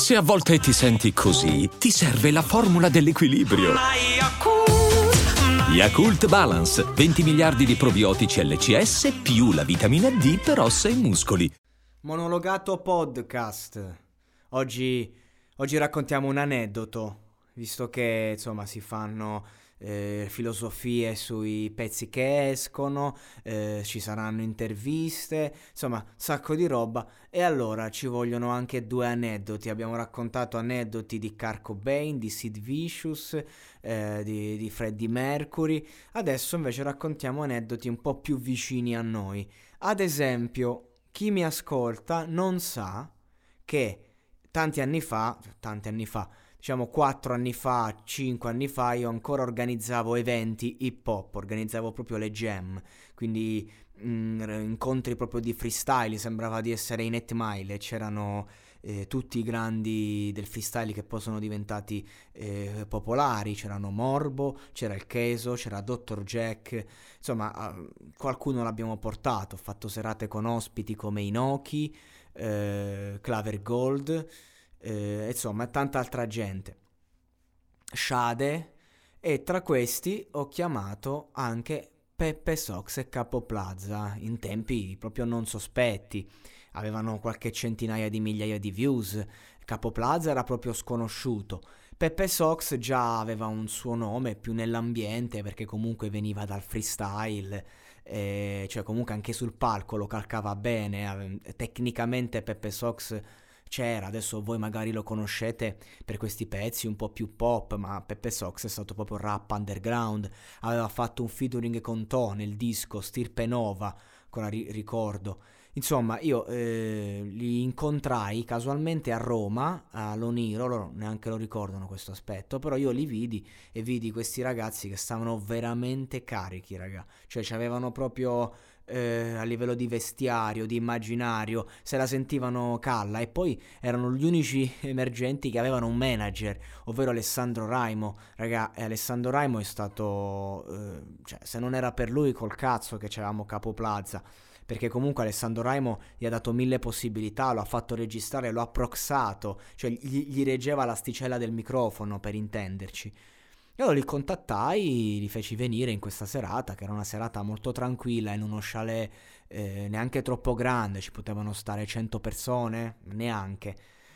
Se a volte ti senti così, ti serve la formula dell'equilibrio. Yakult Balance, 20 miliardi di probiotici LCS più la vitamina D per ossa e muscoli. Monologato podcast. Oggi raccontiamo un aneddoto, visto che insomma si fanno filosofie sui pezzi che escono, ci saranno interviste, insomma sacco di roba, e allora ci vogliono anche due aneddoti. Abbiamo raccontato aneddoti di Kurt Cobain, di Sid Vicious, di Freddie Mercury. Adesso invece raccontiamo aneddoti un po' più vicini a noi. Ad esempio, chi mi ascolta non sa che tanti anni fa, diciamo 4 anni fa, 5 anni fa, io ancora organizzavo eventi hip hop, organizzavo proprio le jam, quindi incontri proprio di freestyle, sembrava di essere in 8 Mile, c'erano tutti i grandi del freestyle che poi sono diventati popolari, c'erano Morbo, c'era il Cheso, c'era Dr. Jack, insomma qualcuno l'abbiamo portato, ho fatto serate con ospiti come Inoki, Claver Gold, insomma tanta altra gente, Shade, e tra questi ho chiamato anche Peppe Sox e Capo Plaza in tempi proprio non sospetti. Avevano qualche centinaia di migliaia di views. Capo Plaza era proprio sconosciuto. Peppe Sox già aveva un suo nome più nell'ambiente, perché comunque veniva dal freestyle, cioè comunque anche sul palco lo calcava bene. Tecnicamente Peppe Sox c'era, adesso voi magari lo conoscete per questi pezzi un po' più pop, ma Peppe Sox è stato proprio rap underground. Aveva fatto un featuring con To nel disco Stirpe Nova, ancora ricordo. Insomma, io li incontrai casualmente a Roma, a Loniro, loro neanche lo ricordano questo aspetto, però io li vidi e vidi questi ragazzi che stavano veramente carichi, raga. Cioè, c'avevano proprio a livello di vestiario, di immaginario, se la sentivano calla, e poi erano gli unici emergenti che avevano un manager, ovvero Alessandro Raimo. Raga, Alessandro Raimo è stato, cioè, se non era per lui, col cazzo che c'avevamo Capo Plaza, perché comunque Alessandro Raimo gli ha dato 1000 possibilità, lo ha fatto registrare, lo ha proxato, cioè gli reggeva l'asticella del microfono, per intenderci. E allora li contattai, li feci venire in questa serata, che era una serata molto tranquilla, in uno chalet neanche troppo grande, ci potevano stare 100 persone, neanche.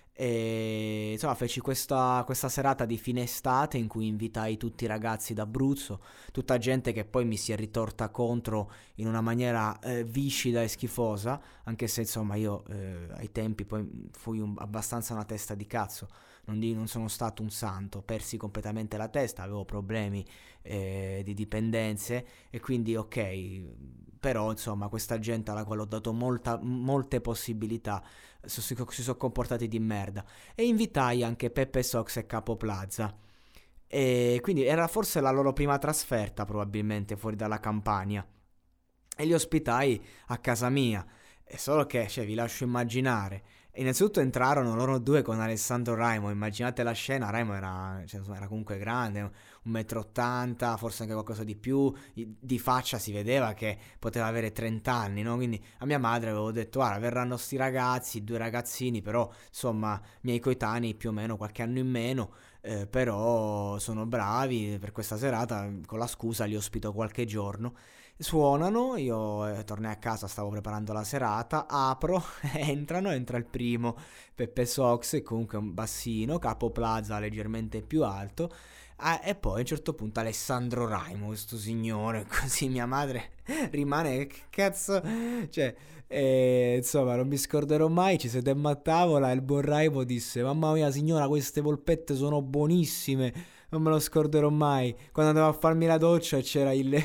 E insomma feci questa serata di fine estate in cui invitai tutti i ragazzi d'Abruzzo, tutta gente che poi mi si è ritorta contro in una maniera viscida e schifosa, anche se insomma io ai tempi poi fui abbastanza una testa di cazzo, non sono stato un santo, persi completamente la testa, avevo problemi di dipendenze, e quindi ok, però insomma questa gente alla quale ho dato molte possibilità si sono comportati di merda. E invitai anche Peppe Sox e Capo Plaza, e quindi era forse la loro prima trasferta probabilmente fuori dalla Campania, e li ospitai a casa mia. E solo che, cioè, vi lascio immaginare, innanzitutto entrarono loro due con Alessandro Raimo, immaginate la scena. Raimo era, cioè, era comunque grande, 1,80 m, forse anche qualcosa di più, di faccia si vedeva che poteva avere 30 anni, no? Quindi a mia madre avevo detto: guarda, verranno sti ragazzi, 2 ragazzini, però insomma miei coetanei, più o meno qualche anno in meno, però sono bravi per questa serata, con la scusa li ospito qualche giorno. Suonano, io tornai a casa, stavo preparando la serata, apro, entra il primo, Peppe Sox, e comunque un bassino, Capo Plaza leggermente più alto, e poi a un certo punto Alessandro Raimo, questo signore, così mia madre rimane, che cazzo, cioè, insomma non mi scorderò mai, ci sedemmo a tavola e il buon Raimo disse: mamma mia signora, queste polpette sono buonissime. Non me lo scorderò mai, quando andavo a farmi la doccia e c'era il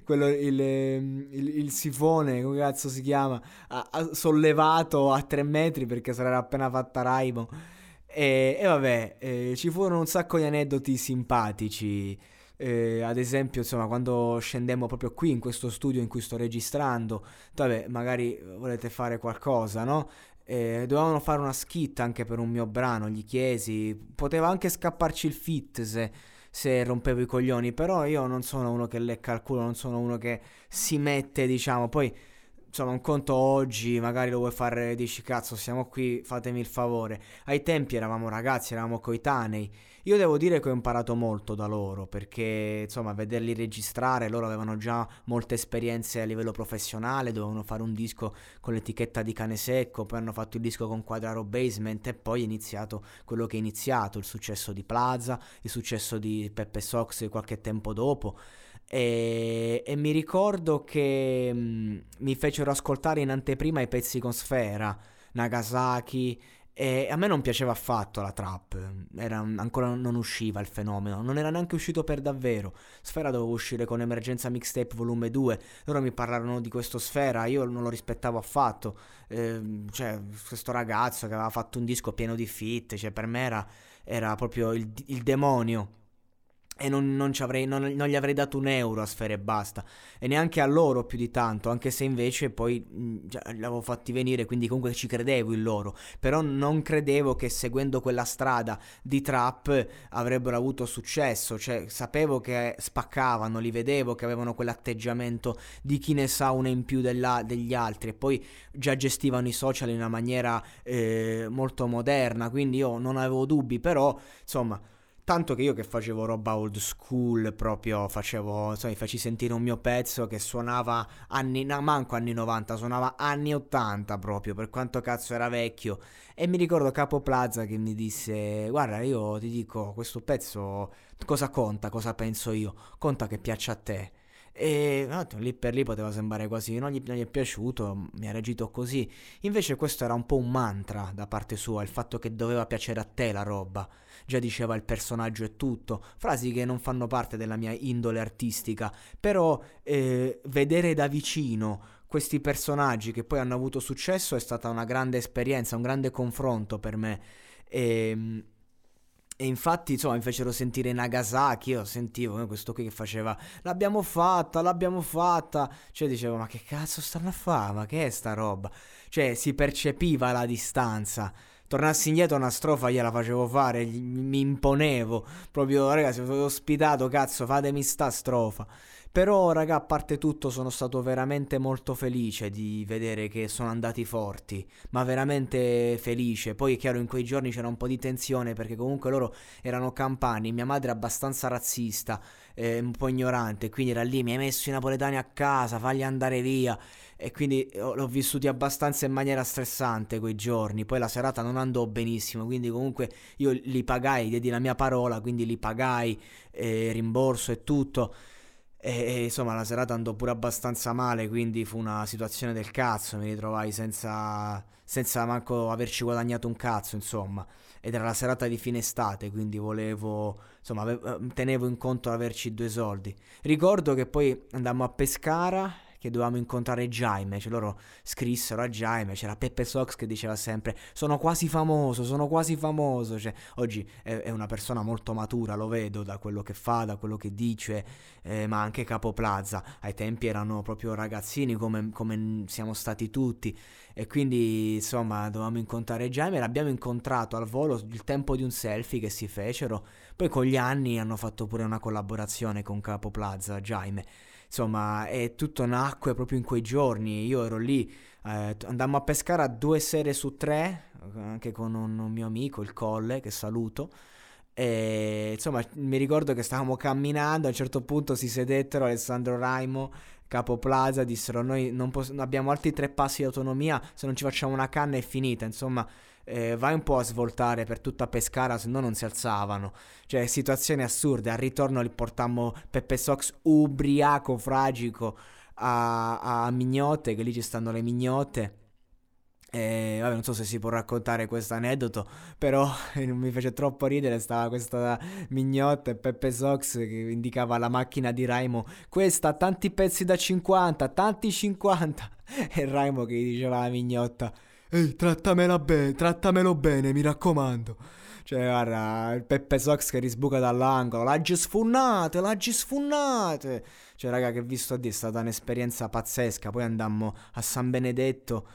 sifone, come cazzo si chiama, sollevato a 3 metri perché se l'era appena fatta Raimo. E vabbè, ci furono un sacco di aneddoti simpatici. Ad esempio, insomma, quando scendemmo proprio qui in questo studio in cui sto registrando, vabbè, magari volete fare qualcosa, no? Dovevano fare una skit anche per un mio brano, gli chiesi, poteva anche scapparci il fit se rompevo i coglioni, però io non sono uno che lecca il culo, non sono uno che si mette, diciamo, poi insomma, un conto oggi, magari lo vuoi fare, dici cazzo, siamo qui, fatemi il favore. Ai tempi eravamo ragazzi, eravamo coetanei. Io devo dire che ho imparato molto da loro, perché insomma, vederli registrare, loro avevano già molte esperienze a livello professionale, dovevano fare un disco con l'etichetta di Cane Secco, poi hanno fatto il disco con Quadraro Basement e poi è iniziato quello che è iniziato, il successo di Plaza, il successo di Peppe Sox qualche tempo dopo. E mi ricordo che mi fecero ascoltare in anteprima i pezzi con Sfera, Nagasaki, e a me non piaceva affatto la trap, ancora non usciva il fenomeno, non era neanche uscito per davvero. Sfera doveva uscire con Emergenza Mixtape volume 2, loro mi parlarono di questo Sfera, io non lo rispettavo affatto. Cioè questo ragazzo che aveva fatto un disco pieno di feat, cioè per me era proprio il demonio. E non gli avrei dato un euro a Sfera e basta, e neanche a loro più di tanto, anche se invece poi già li avevo fatti venire, quindi comunque ci credevo in loro, però non credevo che seguendo quella strada di trap avrebbero avuto successo, cioè sapevo che spaccavano, li vedevo che avevano quell'atteggiamento di chi ne sa una in più degli altri, e poi già gestivano i social in una maniera molto moderna, quindi io non avevo dubbi, però insomma. Tanto che io che facevo roba old school, proprio facevo, insomma, mi feci sentire un mio pezzo che suonava manco anni 90, suonava anni 80 proprio, per quanto cazzo era vecchio. E mi ricordo Capo Plaza che mi disse, guarda, io ti dico, questo pezzo cosa conta, cosa penso io? Conta che piaccia a te. E lì per lì poteva sembrare quasi non gli è piaciuto, mi ha reagito così. Invece questo era un po' un mantra da parte sua, il fatto che doveva piacere a te la roba. Già diceva il personaggio e tutto, frasi che non fanno parte della mia indole artistica, però vedere da vicino questi personaggi che poi hanno avuto successo è stata una grande esperienza, un grande confronto per me. E infatti, insomma, mi fecero sentire Nagasaki, io sentivo questo qui che faceva l'abbiamo fatta, cioè dicevo, ma che cazzo stanno a fare, ma che è sta roba? Cioè, si percepiva la distanza. Tornassi indietro una strofa gliela facevo fare, mi imponevo, proprio, ragazzi, sono ospitato, cazzo, fatemi sta strofa. Però, raga, a parte tutto sono stato veramente molto felice di vedere che sono andati forti, ma veramente felice. Poi è chiaro in quei giorni c'era un po' di tensione perché comunque loro erano campani, mia madre è abbastanza razzista, un po' ignorante, quindi era lì, mi hai messo i napoletani a casa, fagli andare via. E quindi l'ho vissuti abbastanza in maniera stressante quei giorni. Poi la serata non andò benissimo, quindi comunque io li pagai, diedi la mia parola, quindi li pagai, rimborso e tutto. E insomma la serata andò pure abbastanza male, quindi fu una situazione del cazzo, mi ritrovai senza manco averci guadagnato un cazzo, insomma. Ed era la serata di fine estate, quindi volevo, insomma, tenevo in conto averci due soldi. Ricordo che poi andammo a Pescara, che dovevamo incontrare Jaime, cioè loro scrissero a Jaime, c'era Peppe Sox che diceva sempre sono quasi famoso, cioè oggi è una persona molto matura, lo vedo da quello che fa, da quello che dice, ma anche Capo Plaza, ai tempi erano proprio ragazzini come siamo stati tutti, e quindi insomma dovevamo incontrare Jaime, l'abbiamo incontrato al volo il tempo di un selfie che si fecero, poi con gli anni hanno fatto pure una collaborazione con Capo Plaza, Jaime. Insomma, e tutto nacque proprio in quei giorni. Io ero lì, andammo a pescare 2 sere su 3, anche con un mio amico, il Colle, che saluto. E insomma, mi ricordo che stavamo camminando. A un certo punto si sedettero Alessandro Raimo, Capo Plaza, dissero: Noi abbiamo altri 3 passi di autonomia. Se non ci facciamo una canna è finita. Insomma, vai un po' a svoltare per tutta Pescara, se no non si alzavano. Cioè, situazioni assurde. Al ritorno li portammo Peppe Sox ubriaco, fragico a Mignotte, che lì ci stanno le mignotte. Vabbè, non so se si può raccontare questo aneddoto, però non mi fece troppo ridere. Stava questa mignotta e Peppe Sox che indicava la macchina di Raimo: questa, tanti pezzi da 50, tanti 50. E Raimo che gli diceva alla mignotta: ehi, trattamelo bene, mi raccomando. Cioè, guarda, il Peppe Sox che risbuca dall'angolo: l'aggi sfunnate. Cioè, raga, che visto a dire, è stata un'esperienza pazzesca. Poi andammo a San Benedetto.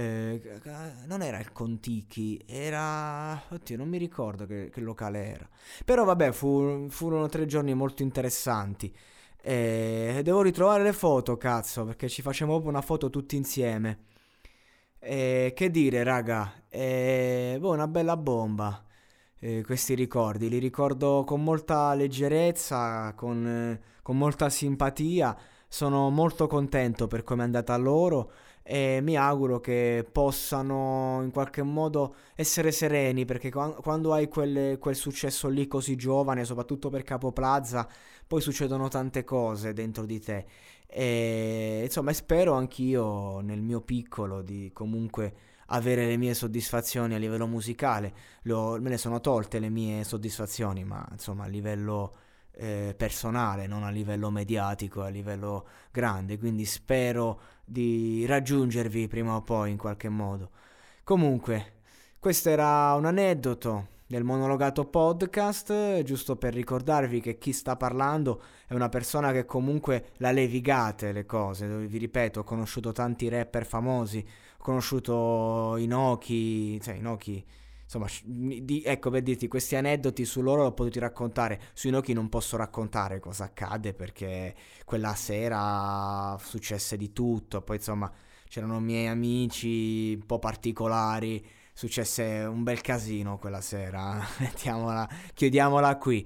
Non era il Contichi, era... Oddio, non mi ricordo che locale era. Però vabbè, furono 3 giorni molto interessanti. E devo ritrovare le foto, cazzo, perché ci facciamo proprio una foto tutti insieme. E che dire, raga, boh, una bella bomba. Questi ricordi, li ricordo con molta leggerezza, con molta simpatia. Sono molto contento per come è andata loro e mi auguro che possano in qualche modo essere sereni perché quando hai quel successo lì così giovane, soprattutto per Capo Plaza, poi succedono tante cose dentro di te. E insomma, spero anch'io nel mio piccolo di comunque avere le mie soddisfazioni a livello musicale. Me ne sono tolte le mie soddisfazioni, ma insomma a livello personale, non a livello mediatico, a livello grande. Quindi spero di raggiungervi prima o poi in qualche modo. Comunque, questo era un aneddoto del monologato podcast, giusto per ricordarvi che chi sta parlando è una persona che comunque la levigate le cose. Vi ripeto, ho conosciuto tanti rapper famosi, ho conosciuto Inoki, cioè Inoki, insomma, ecco per dirti, questi aneddoti su loro l'ho potuti raccontare, su Inoki non posso raccontare cosa accade perché quella sera successe di tutto, poi insomma c'erano miei amici un po' particolari, successe un bel casino quella sera, mettiamola, chiudiamola qui.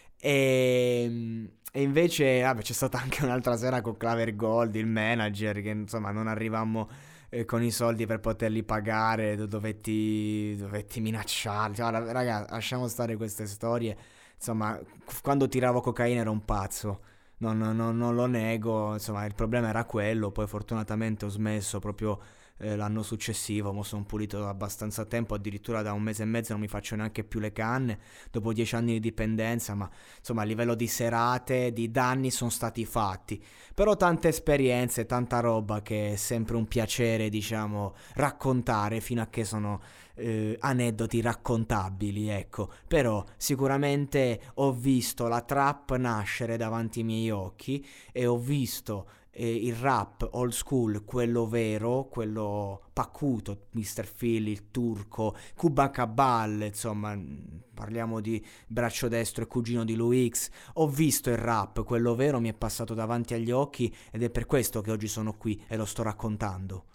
E invece, vabbè, c'è stata anche un'altra sera con Claver Gold, il manager, che insomma non arrivammo con i soldi per poterli pagare, dovetti minacciarli. Cioè, raga, lasciamo stare queste storie. Insomma, quando tiravo cocaina ero un pazzo. Non lo nego, insomma, il problema era quello. Poi fortunatamente ho smesso proprio l'anno successivo, mo sono pulito da abbastanza tempo, addirittura da un mese e mezzo non mi faccio neanche più le canne, dopo 10 anni di dipendenza, ma insomma a livello di serate, di danni sono stati fatti, però tante esperienze, tanta roba che è sempre un piacere, diciamo, raccontare fino a che sono aneddoti raccontabili, ecco. Però sicuramente ho visto la trap nascere davanti ai miei occhi e ho visto il rap old school, quello vero, quello paccuto, Mr. Phil, il turco, Kuba Cabal, insomma, parliamo di braccio destro e cugino di Louis. Ho visto il rap, quello vero, mi è passato davanti agli occhi ed è per questo che oggi sono qui e lo sto raccontando.